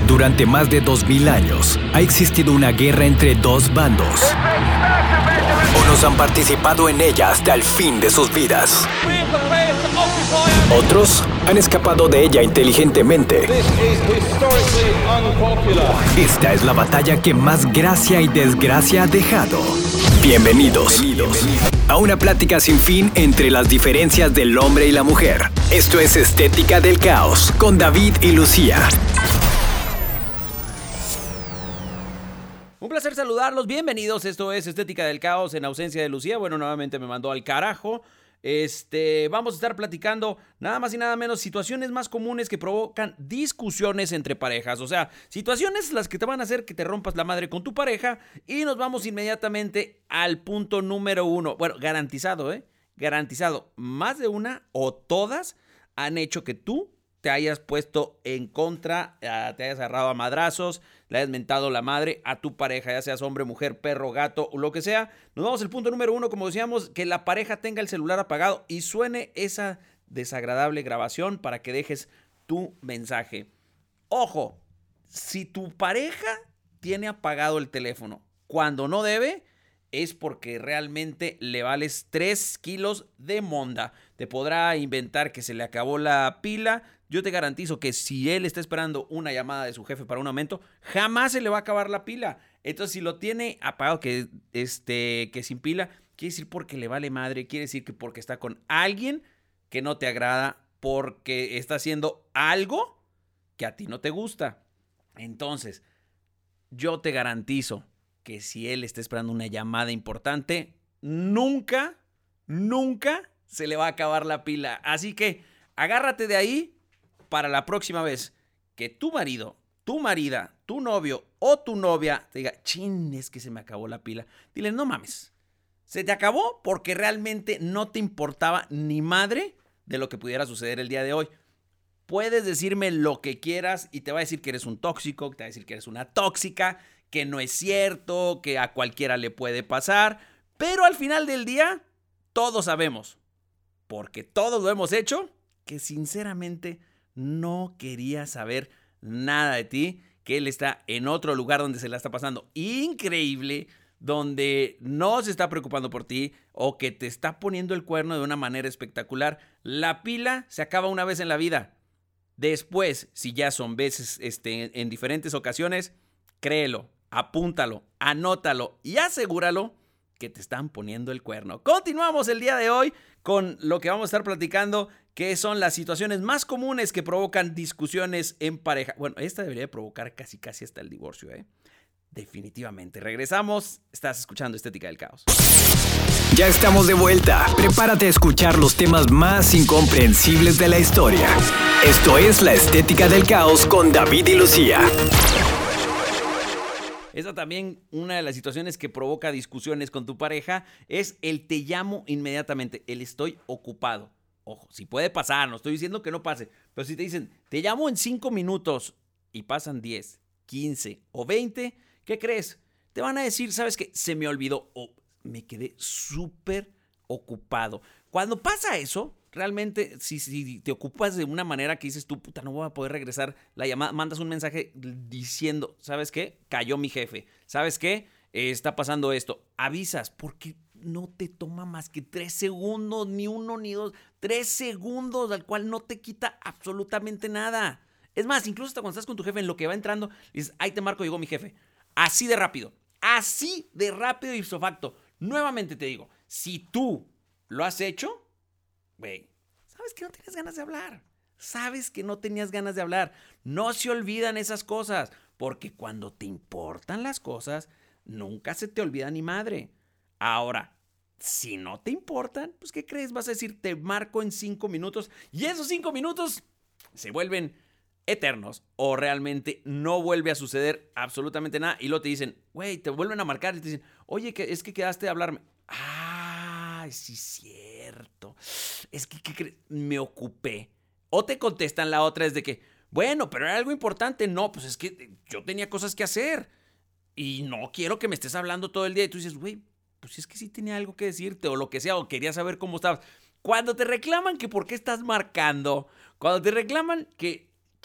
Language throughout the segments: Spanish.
Durante más de 2000 años, ha existido una guerra entre dos bandos. Unos han participado en ella hasta el fin de sus vidas. Otros han escapado de ella inteligentemente. Esta es la batalla que más gracia y desgracia ha dejado. Bienvenidos a una plática sin fin entre las diferencias del hombre y la mujer. Esto es Estética del Caos con David y Lucía. Un placer saludarlos, bienvenidos, esto es Estética del Caos en ausencia de Lucía. Bueno, nuevamente me mandó al carajo. Vamos a estar platicando nada más y nada menos situaciones más comunes que provocan discusiones entre parejas. O sea, situaciones las que te van a hacer que te rompas la madre con tu pareja. Y nos vamos inmediatamente al punto número 1. Bueno, garantizado, garantizado. Más de una o todas han hecho que tú te hayas puesto en contra, te hayas agarrado a madrazos, le hayas mentado la madre a tu pareja, ya seas hombre, mujer, perro, gato o lo que sea. Nos vamos al punto número 1, como decíamos, que la pareja tenga el celular apagado y suene esa desagradable grabación para que dejes tu mensaje. Ojo, si tu pareja tiene apagado el teléfono cuando no debe, es porque realmente le vales 3 kilos de monda. Te podrá inventar que se le acabó la pila. Yo te garantizo que si él está esperando una llamada de su jefe para un aumento, jamás se le va a acabar la pila. Entonces, si lo tiene apagado, que sin pila, quiere decir porque le vale madre, quiere decir que porque está con alguien que no te agrada, porque está haciendo algo que a ti no te gusta. Entonces, yo te garantizo que si él está esperando una llamada importante, nunca se le va a acabar la pila. Así que agárrate de ahí para la próxima vez que tu marido, tu marida, tu novio o tu novia te diga, chin, es que se me acabó la pila. Dile, no mames, se te acabó porque realmente no te importaba ni madre de lo que pudiera suceder el día de hoy. Puedes decirme lo que quieras y te va a decir que eres un tóxico, que te va a decir que eres una tóxica, que no es cierto, que a cualquiera le puede pasar, pero al final del día todos sabemos, porque todos lo hemos hecho, que sinceramente no quería saber nada de ti, que él está en otro lugar donde se la está pasando increíble, donde no se está preocupando por ti o que te está poniendo el cuerno de una manera espectacular. La pila se acaba una vez en la vida. Después, si ya son veces en diferentes ocasiones, créelo, apúntalo, anótalo y asegúralo que te están poniendo el cuerno. Continuamos el día de hoy con lo que vamos a estar platicando, que son las situaciones más comunes que provocan discusiones en pareja. Bueno, esta debería provocar casi hasta el divorcio, Definitivamente. Regresamos. Estás escuchando Estética del Caos. Ya estamos de vuelta. Prepárate a escuchar los temas más incomprensibles de la historia. Esto es La Estética del Caos con David y Lucía. Esa también, una de las situaciones que provoca discusiones con tu pareja es el te llamo inmediatamente, el estoy ocupado. Ojo, si puede pasar, no estoy diciendo que no pase, pero si te dicen, te llamo en 5 minutos y pasan 10, 15 o 20, ¿qué crees? Te van a decir, ¿sabes qué? Se me olvidó o me quedé súper ocupado. Cuando pasa eso, realmente, si te ocupas de una manera que dices tú, puta, no voy a poder regresar la llamada, mandas un mensaje diciendo, ¿sabes qué? Cayó mi jefe. ¿Sabes qué? Está pasando esto. Avisas, porque no te toma más que 3 segundos, ni 1 ni 2, 3 segundos, al cual no te quita absolutamente nada. Es más, incluso hasta cuando estás con tu jefe, en lo que va entrando, dices, ahí te marco, llegó mi jefe. Así de rápido ipso facto. Nuevamente te digo, si tú lo has hecho, güey, sabes que no tenías ganas de hablar. Sabes que no tenías ganas de hablar. No se olvidan esas cosas, porque cuando te importan las cosas, nunca se te olvida ni madre. Ahora, si no te importan, pues ¿qué crees? Vas a decir, te marco en 5 minutos y esos 5 minutos se vuelven eternos o realmente no vuelve a suceder absolutamente nada y luego te dicen, güey, te vuelven a marcar y te dicen, oye, es que quedaste de hablarme. Sí es cierto. Es que, ¿qué crees? Me ocupé. O te contestan la otra es de que, bueno, pero era algo importante. No, pues es que yo tenía cosas que hacer y no quiero que me estés hablando todo el día. Y tú dices, güey, pues es que sí tenía algo que decirte o lo que sea, o quería saber cómo estabas. Cuando te reclaman que por qué estás marcando, cuando te reclaman que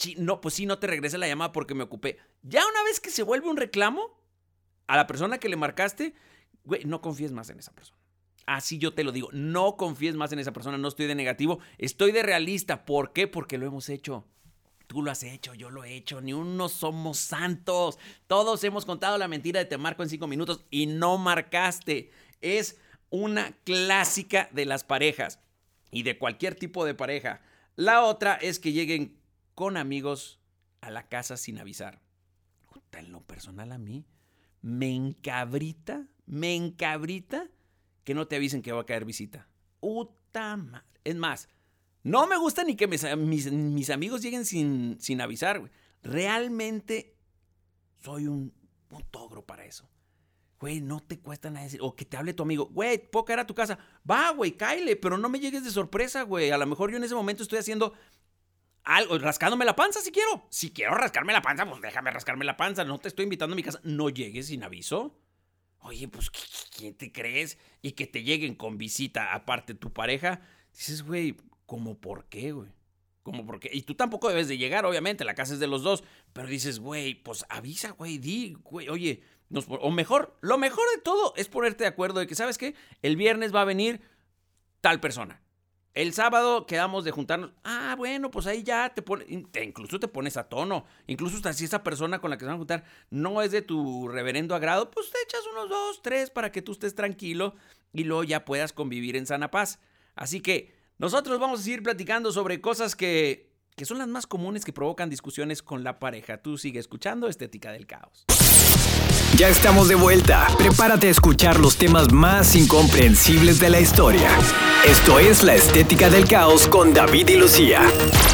No, pues sí, no te regrese la llamada porque me ocupé. Ya una vez que se vuelve un reclamo a la persona que le marcaste, güey, no confíes más en esa persona. Así yo te lo digo, no confíes más en esa persona, no estoy de negativo, estoy de realista. ¿Por qué? Porque lo hemos hecho. Tú lo has hecho, yo lo he hecho, ni uno somos santos. Todos hemos contado la mentira de te marco en 5 minutos y no marcaste. Es una clásica de las parejas y de cualquier tipo de pareja. La otra es que lleguen con amigos a la casa sin avisar. En lo personal a mí me encabrita que no te avisen que va a caer visita. Puta madre. Es más, no me gusta ni que mis amigos lleguen sin avisar, güey. Realmente soy un togro para eso. Güey, no te cuesta nada decir, o que te hable tu amigo, güey, puedo caer a tu casa. Va, güey, cáele, pero no me llegues de sorpresa, güey. A lo mejor yo en ese momento estoy haciendo algo, rascándome la panza si quiero. Si quiero rascarme la panza, pues déjame rascarme la panza. No te estoy invitando a mi casa. No llegues sin aviso. Oye, pues, ¿quién te crees? Y que te lleguen con visita, aparte tu pareja. Dices, güey, ¿cómo por qué, güey? ¿Cómo por qué? Y tú tampoco debes de llegar, obviamente, la casa es de los dos. Pero dices, güey, pues avisa, güey, di, güey, oye, lo mejor de todo es ponerte de acuerdo de que, ¿sabes qué? El viernes va a venir tal persona. El sábado quedamos de juntarnos. Ah, bueno, pues ahí ya incluso te pones a tono. Incluso hasta si esa persona con la que se van a juntar no es de tu reverendo agrado, pues te echas unos 2, 3 para que tú estés tranquilo y luego ya puedas convivir en sana paz. Así que nosotros vamos a seguir platicando sobre cosas que son las más comunes que provocan discusiones con la pareja. Tú sigue escuchando Estética del Caos. Ya estamos de vuelta. Prepárate a escuchar los temas más incomprensibles de la historia. Esto es La Estética del Caos con David y Lucía.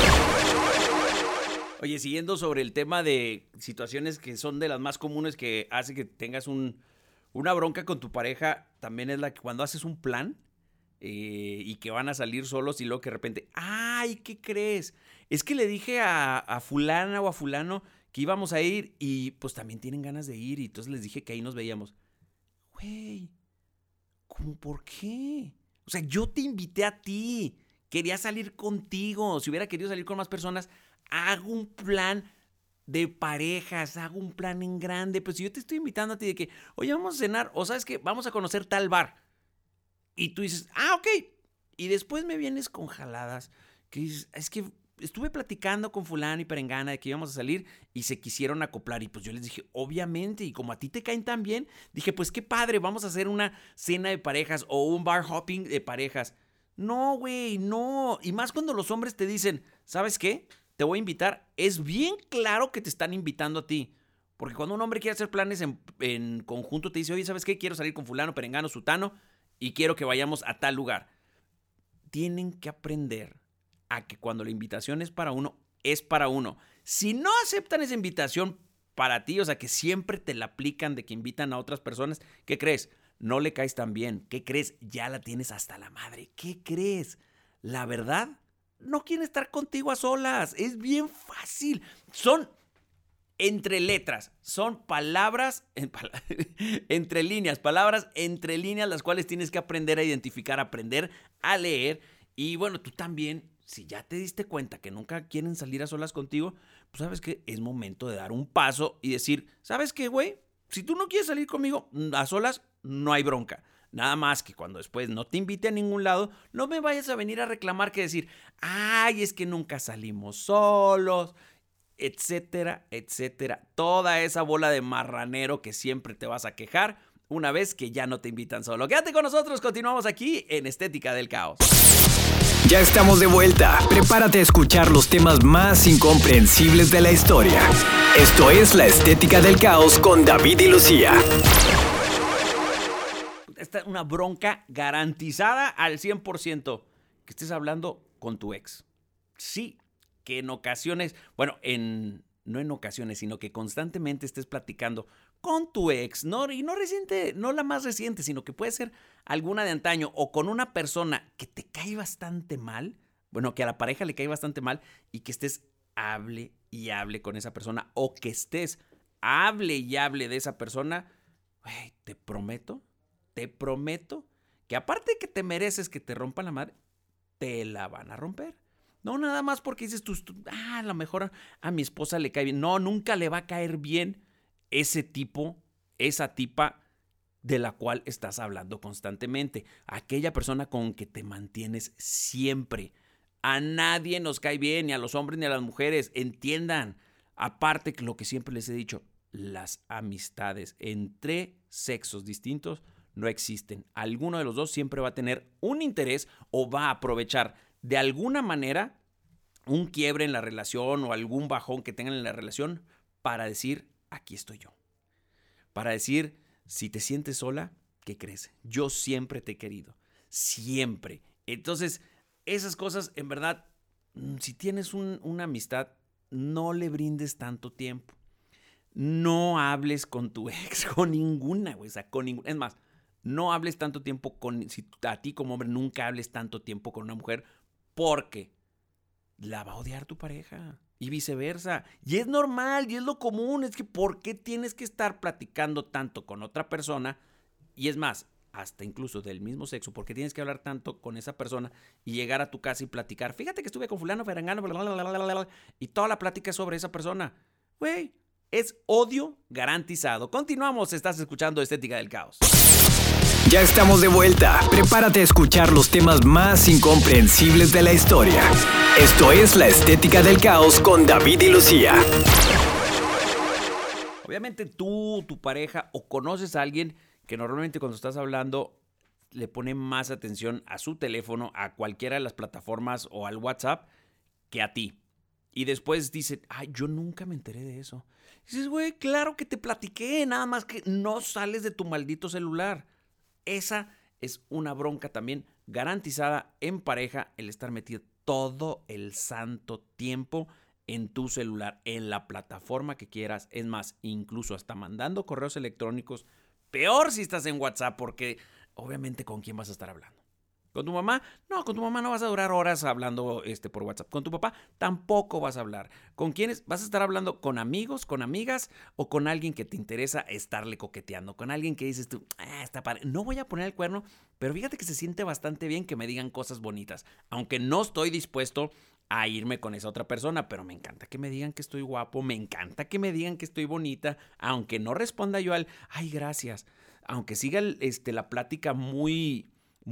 Oye, siguiendo sobre el tema de situaciones que son de las más comunes que hace que tengas una bronca con tu pareja, también es la que cuando haces un plan y que van a salir solos y luego que de repente, ¡ay! ¿Qué crees? Es que le dije a fulana o a fulano que íbamos a ir y pues también tienen ganas de ir y entonces les dije que ahí nos veíamos. Güey, ¿cómo por qué? O sea, yo te invité a ti, quería salir contigo. Si hubiera querido salir con más personas, hago un plan de parejas, hago un plan en grande. Pues si yo te estoy invitando a ti de que, oye, vamos a cenar, o sabes que vamos a conocer tal bar. Y tú dices, ok. Y después me vienes con jaladas, que dices, es que estuve platicando con fulano y perengana de que íbamos a salir y se quisieron acoplar. Y pues yo les dije, obviamente, y como a ti te caen tan bien, dije, pues qué padre, vamos a hacer una cena de parejas o un bar hopping de parejas. No, güey, no. Y más cuando los hombres te dicen, ¿sabes qué? Te voy a invitar. Es bien claro que te están invitando a ti. Porque cuando un hombre quiere hacer planes en conjunto, te dice, oye, ¿sabes qué? Quiero salir con fulano, perengano, sutano y quiero que vayamos a tal lugar. Tienen que aprender a que cuando la invitación es para uno, es para uno. Si no aceptan esa invitación para ti, o sea, que siempre te la aplican de que invitan a otras personas, ¿qué crees? No le caes tan bien. ¿Qué crees? Ya la tienes hasta la madre. ¿Qué crees? La verdad, no quieren estar contigo a solas. Es bien fácil. Son entre letras, son palabras entre líneas, palabras entre líneas, las cuales tienes que aprender a identificar, aprender a leer. Y bueno, tú también, si ya te diste cuenta que nunca quieren salir a solas contigo, pues sabes que es momento de dar un paso y decir, ¿sabes qué, güey? Si tú no quieres salir conmigo a solas, no hay bronca. Nada más que cuando después no te invite a ningún lado, no me vayas a venir a reclamar que decir, ay, es que nunca salimos solos, etcétera, etcétera. Toda esa bola de marranero que siempre te vas a quejar una vez que ya no te invitan solo. Quédate con nosotros, continuamos aquí en Estética del Caos. Ya estamos de vuelta. Prepárate a escuchar los temas más incomprensibles de la historia. Esto es La Estética del Caos con David y Lucía. Esta es una bronca garantizada al 100%. Que estés hablando con tu ex. Sí, que en ocasiones, bueno, no en ocasiones, sino que constantemente estés platicando con tu ex, ¿no? Y no reciente, no la más reciente, sino que puede ser alguna de antaño o con una persona que te cae bastante mal, bueno, que a la pareja le cae bastante mal y que estés hable y hable con esa persona o que estés hable y hable de esa persona, güey, te prometo que aparte de que te mereces que te rompan la madre, te la van a romper. No, nada más porque dices a lo mejor a mi esposa le cae bien. No, nunca le va a caer bien ese tipo, esa tipa de la cual estás hablando constantemente. Aquella persona con que te mantienes siempre. A nadie nos cae bien, ni a los hombres ni a las mujeres. Entiendan. Aparte que lo que siempre les he dicho, las amistades entre sexos distintos no existen. Alguno de los dos siempre va a tener un interés o va a aprovechar de alguna manera un quiebre en la relación o algún bajón que tengan en la relación para decir, aquí estoy yo. Para decir, si te sientes sola, ¿qué crees? Yo siempre te he querido. Siempre. Entonces, esas cosas, en verdad, si tienes una amistad, no le brindes tanto tiempo. No hables con tu ex, con ninguna, güey. O sea, con ninguna. Es más, no hables tanto tiempo si a ti como hombre nunca hables tanto tiempo con una mujer porque la va a odiar tu pareja y viceversa. Y es normal y es lo común. Es que ¿por qué tienes que estar platicando tanto con otra persona? Y es más, hasta incluso del mismo sexo, ¿por qué tienes que hablar tanto con esa persona y llegar a tu casa y platicar? Fíjate que estuve con fulano, ferangano, y toda la plática es sobre esa persona. Güey, es odio garantizado. Continuamos, estás escuchando Estética del Caos. Ya estamos de vuelta. Prepárate a escuchar los temas más incomprensibles de la historia. Esto es La Estética del Caos con David y Lucía. Obviamente tú, tu pareja o conoces a alguien que normalmente cuando estás hablando le pone más atención a su teléfono, a cualquiera de las plataformas o al WhatsApp que a ti. Y después dice, ay, yo nunca me enteré de eso. Y dices, güey, claro que te platiqué, nada más que no sales de tu maldito celular. Esa es una bronca también garantizada en pareja, el estar metido todo el santo tiempo en tu celular, en la plataforma que quieras. Es más, incluso hasta mandando correos electrónicos. Peor si estás en WhatsApp, porque obviamente ¿con quién vas a estar hablando? ¿Con tu mamá? No, con tu mamá no vas a durar horas hablando por WhatsApp. Con tu papá tampoco vas a hablar. ¿Con quiénes? ¿Vas a estar hablando con amigos, con amigas o con alguien que te interesa estarle coqueteando? Con alguien que dices tú, está padre. No voy a poner el cuerno, pero fíjate que se siente bastante bien que me digan cosas bonitas. Aunque no estoy dispuesto a irme con esa otra persona, pero me encanta que me digan que estoy guapo, me encanta que me digan que estoy bonita, aunque no responda yo ay, gracias. Aunque siga la plática muy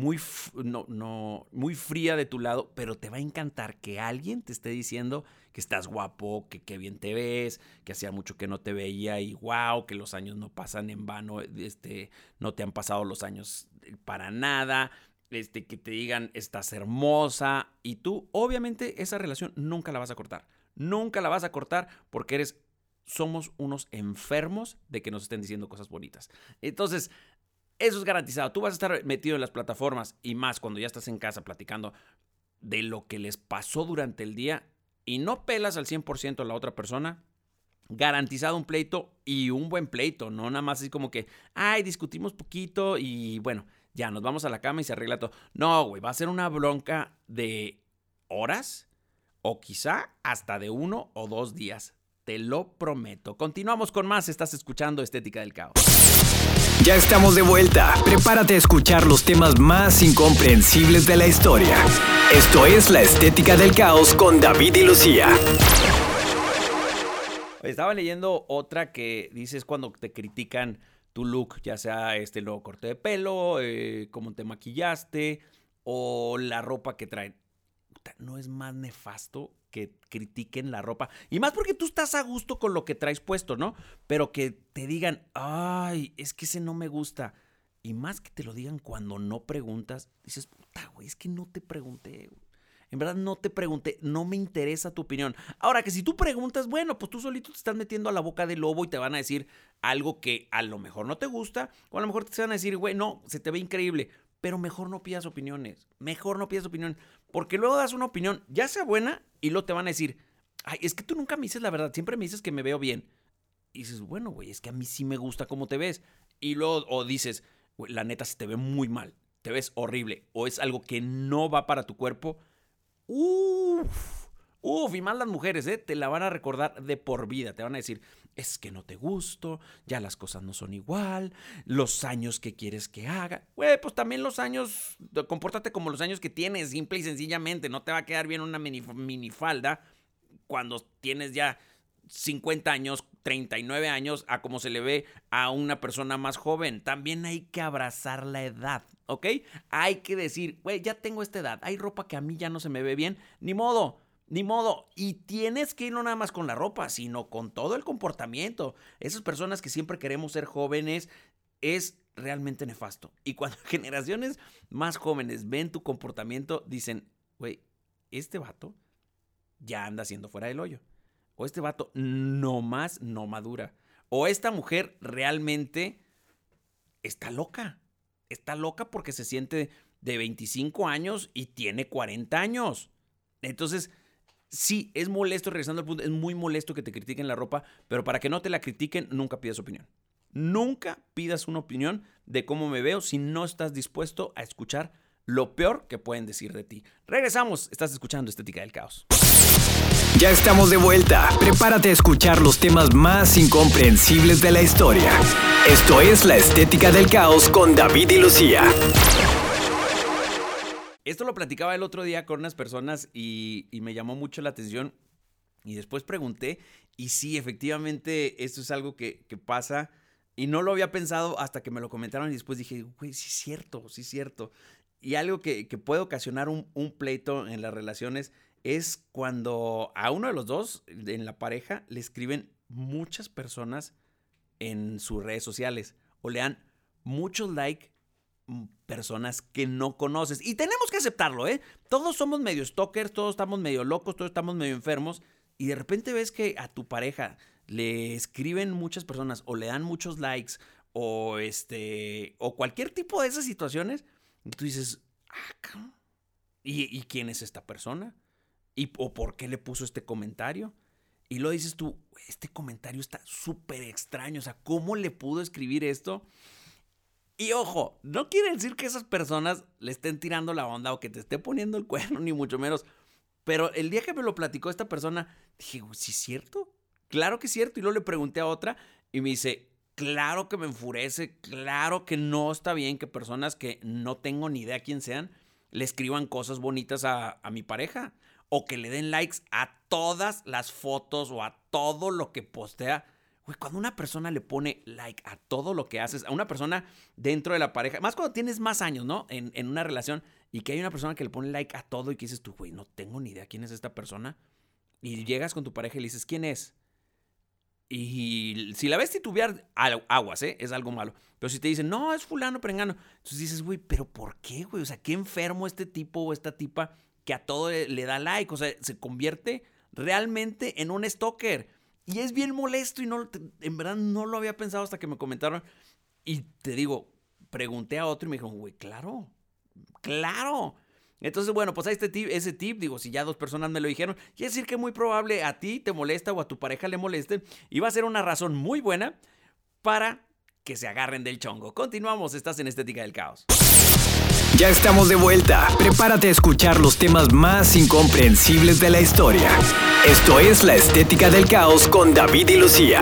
fría de tu lado, pero te va a encantar que alguien te esté diciendo que estás guapo, que qué bien te ves, que hacía mucho que no te veía y wow, que los años no pasan en vano, no te han pasado los años para nada, que te digan estás hermosa y tú, obviamente, esa relación nunca la vas a cortar. Nunca la vas a cortar porque somos unos enfermos de que nos estén diciendo cosas bonitas. Entonces, eso es garantizado. Tú vas a estar metido en las plataformas y más cuando ya estás en casa platicando de lo que les pasó durante el día y no pelas al 100% a la otra persona. Garantizado un pleito y un buen pleito. No nada más así como que, discutimos poquito y bueno, ya nos vamos a la cama y se arregla todo. No, güey, va a ser una bronca de horas o quizá hasta de 1 o 2 días. Te lo prometo. Continuamos con más. Estás escuchando Estética del Caos. Ya estamos de vuelta. Prepárate a escuchar los temas más incomprensibles de la historia. Esto es La Estética del Caos con David y Lucía. Estaba leyendo otra que dices cuando te critican tu look, ya sea nuevo corte de pelo, cómo te maquillaste o la ropa que traen. No es más nefasto que critiquen la ropa. Y más porque tú estás a gusto con lo que traes puesto, ¿no? Pero que te digan, ay, es que ese no me gusta. Y más que te lo digan cuando no preguntas, dices, puta, güey, es que no te pregunté, güey. En verdad no te pregunté, no me interesa tu opinión. Ahora que si tú preguntas, bueno, pues tú solito te estás metiendo a la boca del lobo y te van a decir algo que a lo mejor no te gusta, o a lo mejor te van a decir, güey, no, se te ve increíble. Pero mejor no pidas opiniones, porque luego das una opinión, ya sea buena, y luego te van a decir, ay, es que tú nunca me dices la verdad, siempre me dices que me veo bien. Y dices, bueno, güey, es que a mí sí me gusta cómo te ves. Y luego, o dices, güey, la neta se te ve muy mal, te ves horrible, o es algo que no va para tu cuerpo. Y más las mujeres, te la van a recordar de por vida. Te van a decir, es que no te gusto, ya las cosas no son igual, los años que quieres que haga. Güey, pues también los años, compórtate como los años que tienes, simple y sencillamente. No te va a quedar bien una minifalda cuando tienes ya 50 años, 39 años, a como se le ve a una persona más joven. También hay que abrazar la edad, ¿ok? Hay que decir, güey, ya tengo esta edad, hay ropa que a mí ya no se me ve bien, ni modo. Y tienes que ir no nada más con la ropa, sino con todo el comportamiento. Esas personas que siempre queremos ser jóvenes es realmente nefasto. Y cuando generaciones más jóvenes ven tu comportamiento, dicen, güey, este vato ya anda haciendo fuera del hoyo. O este vato nomás no madura. O esta mujer realmente está loca. Está loca porque se siente de 25 años y tiene 40 años. Entonces, sí, es molesto, regresando al punto, es muy molesto que te critiquen la ropa, pero para que no te la critiquen, nunca pidas opinión. Nunca pidas una opinión de cómo me veo si no estás dispuesto a escuchar lo peor que pueden decir de ti. Regresamos, estás escuchando Estética del Caos. Ya estamos de vuelta. Prepárate a escuchar los temas más incomprensibles de la historia. Esto es La Estética del Caos con David y Lucía. Esto lo platicaba el otro día con unas personas y me llamó mucho la atención. Y después pregunté, y sí, efectivamente, esto es algo que pasa. Y no lo había pensado hasta que me lo comentaron y después dije, güey, sí es cierto. Y algo que puede ocasionar un pleito en las relaciones es cuando a uno de los dos, en la pareja, le escriben muchas personas en sus redes sociales o le dan muchos likes personas que no conoces. Y tenemos que aceptarlo, ¿eh? Todos somos medio stalkers, todos estamos medio locos, todos estamos medio enfermos. Y de repente ves que a tu pareja le escriben muchas personas o le dan muchos likes o cualquier tipo de esas situaciones. Y tú dices, cabrón, ¿y quién es esta persona? ¿O por qué le puso este comentario? Y luego dices tú, este comentario está súper extraño. O sea, ¿cómo le pudo escribir esto? Y ojo, no quiere decir que esas personas le estén tirando la onda o que te esté poniendo el cuerno, ni mucho menos. Pero el día que me lo platicó esta persona, dije, ¿sí es cierto? Claro que es cierto. Y luego le pregunté a otra y me dice, claro que me enfurece, claro que no está bien que personas que no tengo ni idea quién sean le escriban cosas bonitas a mi pareja. O que le den likes a todas las fotos o a todo lo que postea. Güey, cuando una persona le pone like a todo lo que haces, a una persona dentro de la pareja, más cuando tienes más años, ¿no? En una relación y que hay una persona que le pone like a todo y que dices tú, güey, no tengo ni idea quién es esta persona. Y llegas con tu pareja y le dices, ¿quién es? Y si la ves titubear, aguas, es algo malo. Pero si te dicen, no, es fulano, perengano. Entonces dices, güey, ¿pero por qué, güey? O sea, qué enfermo este tipo o esta tipa que a todo le da like. O sea, se convierte realmente en un stalker. Y es bien molesto y en verdad no lo había pensado hasta que me comentaron. Y te digo, pregunté a otro y me dijeron, güey, claro. Entonces, bueno, pues hay ese tip, digo, si ya dos personas me lo dijeron, quiere decir que muy probable a ti te molesta o a tu pareja le moleste y va a ser una razón muy buena para que se agarren del chongo. Continuamos, estás en Estética del Caos. Ya estamos de vuelta. Prepárate a escuchar los temas más incomprensibles de la historia. Esto es La Estética del Caos con David y Lucía.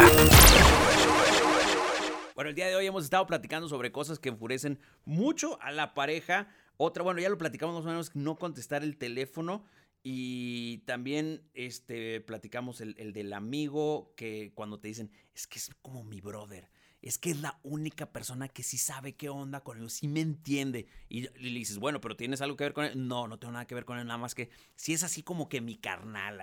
Bueno, el día de hoy hemos estado platicando sobre cosas que enfurecen mucho a la pareja. Otra, bueno, ya lo platicamos más o menos, no contestar el teléfono. Y también platicamos el del amigo que cuando te dicen, es que es como mi brother. Es que es la única persona que sí sabe qué onda con él, sí me entiende. Y le dices, bueno, pero ¿tienes algo que ver con él? No tengo nada que ver con él, nada más que si es así como que mi carnal,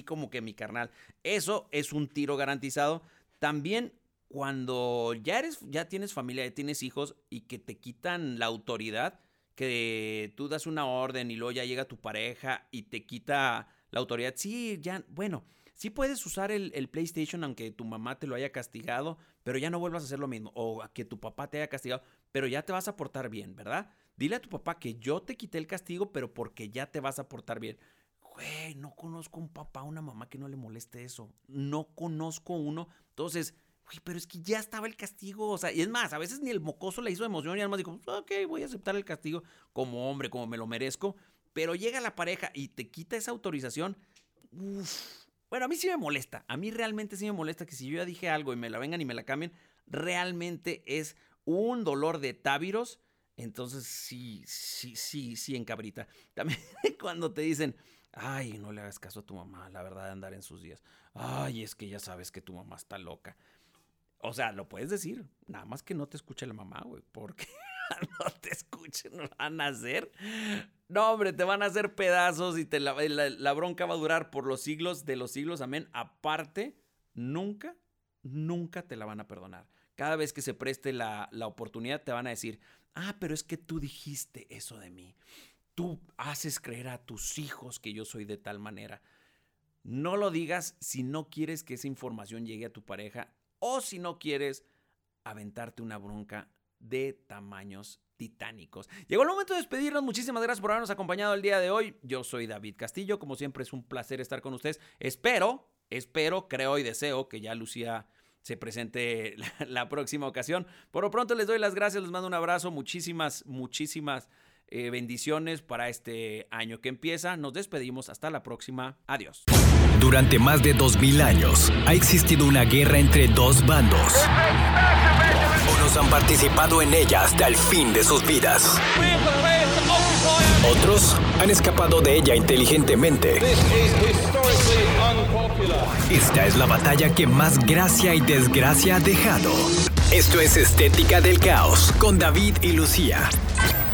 Eso es un tiro garantizado. También cuando ya tienes familia, ya tienes hijos y que te quitan la autoridad, que tú das una orden y luego ya llega tu pareja y te quita la autoridad. Sí, ya, bueno, sí puedes usar el PlayStation aunque tu mamá te lo haya castigado, pero ya no vuelvas a hacer lo mismo. O a que tu papá te haya castigado, pero ya te vas a portar bien, ¿verdad? Dile a tu papá que yo te quité el castigo, pero porque ya te vas a portar bien. Güey, no conozco un papá o una mamá que no le moleste eso. No conozco uno. Entonces, güey, pero es que ya estaba el castigo. O sea, y es más, a veces ni el mocoso le hizo emoción y además dijo, ok, voy a aceptar el castigo como hombre, como me lo merezco. Pero llega la pareja y te quita esa autorización. Bueno, a mí sí me molesta. A mí realmente sí me molesta que si yo ya dije algo y me la vengan y me la cambien, realmente es un dolor de tábiros. Entonces sí encabrita. También cuando te dicen, ay, no le hagas caso a tu mamá, la verdad de andar en sus días. Ay, es que ya sabes que tu mamá está loca. O sea, lo puedes decir, nada más que no te escuche la mamá, güey, porque no te escuchen, no van a hacer. No, hombre, te van a hacer pedazos y la bronca va a durar por los siglos de los siglos, amén. Aparte, nunca te la van a perdonar. Cada vez que se preste la oportunidad te van a decir, pero es que tú dijiste eso de mí. Tú haces creer a tus hijos que yo soy de tal manera. No lo digas si no quieres que esa información llegue a tu pareja o si no quieres aventarte una bronca de tamaños titánicos. Llegó el momento de despedirnos. Muchísimas gracias por habernos acompañado el día de hoy. Yo soy David Castillo. Como siempre es un placer estar con ustedes. Espero, creo y deseo que ya Lucía se presente la próxima ocasión. Por lo pronto les doy las gracias, les mando un abrazo, muchísimas bendiciones para este año que empieza. Nos despedimos, hasta la próxima, adiós. Durante más de 2000 años ha existido una guerra entre dos bandos. Unos han participado en ella hasta el fin de sus vidas. Otros han escapado de ella inteligentemente. Esta es la batalla que más gracia y desgracia ha dejado. Esto es Estética del Caos con David y Lucía.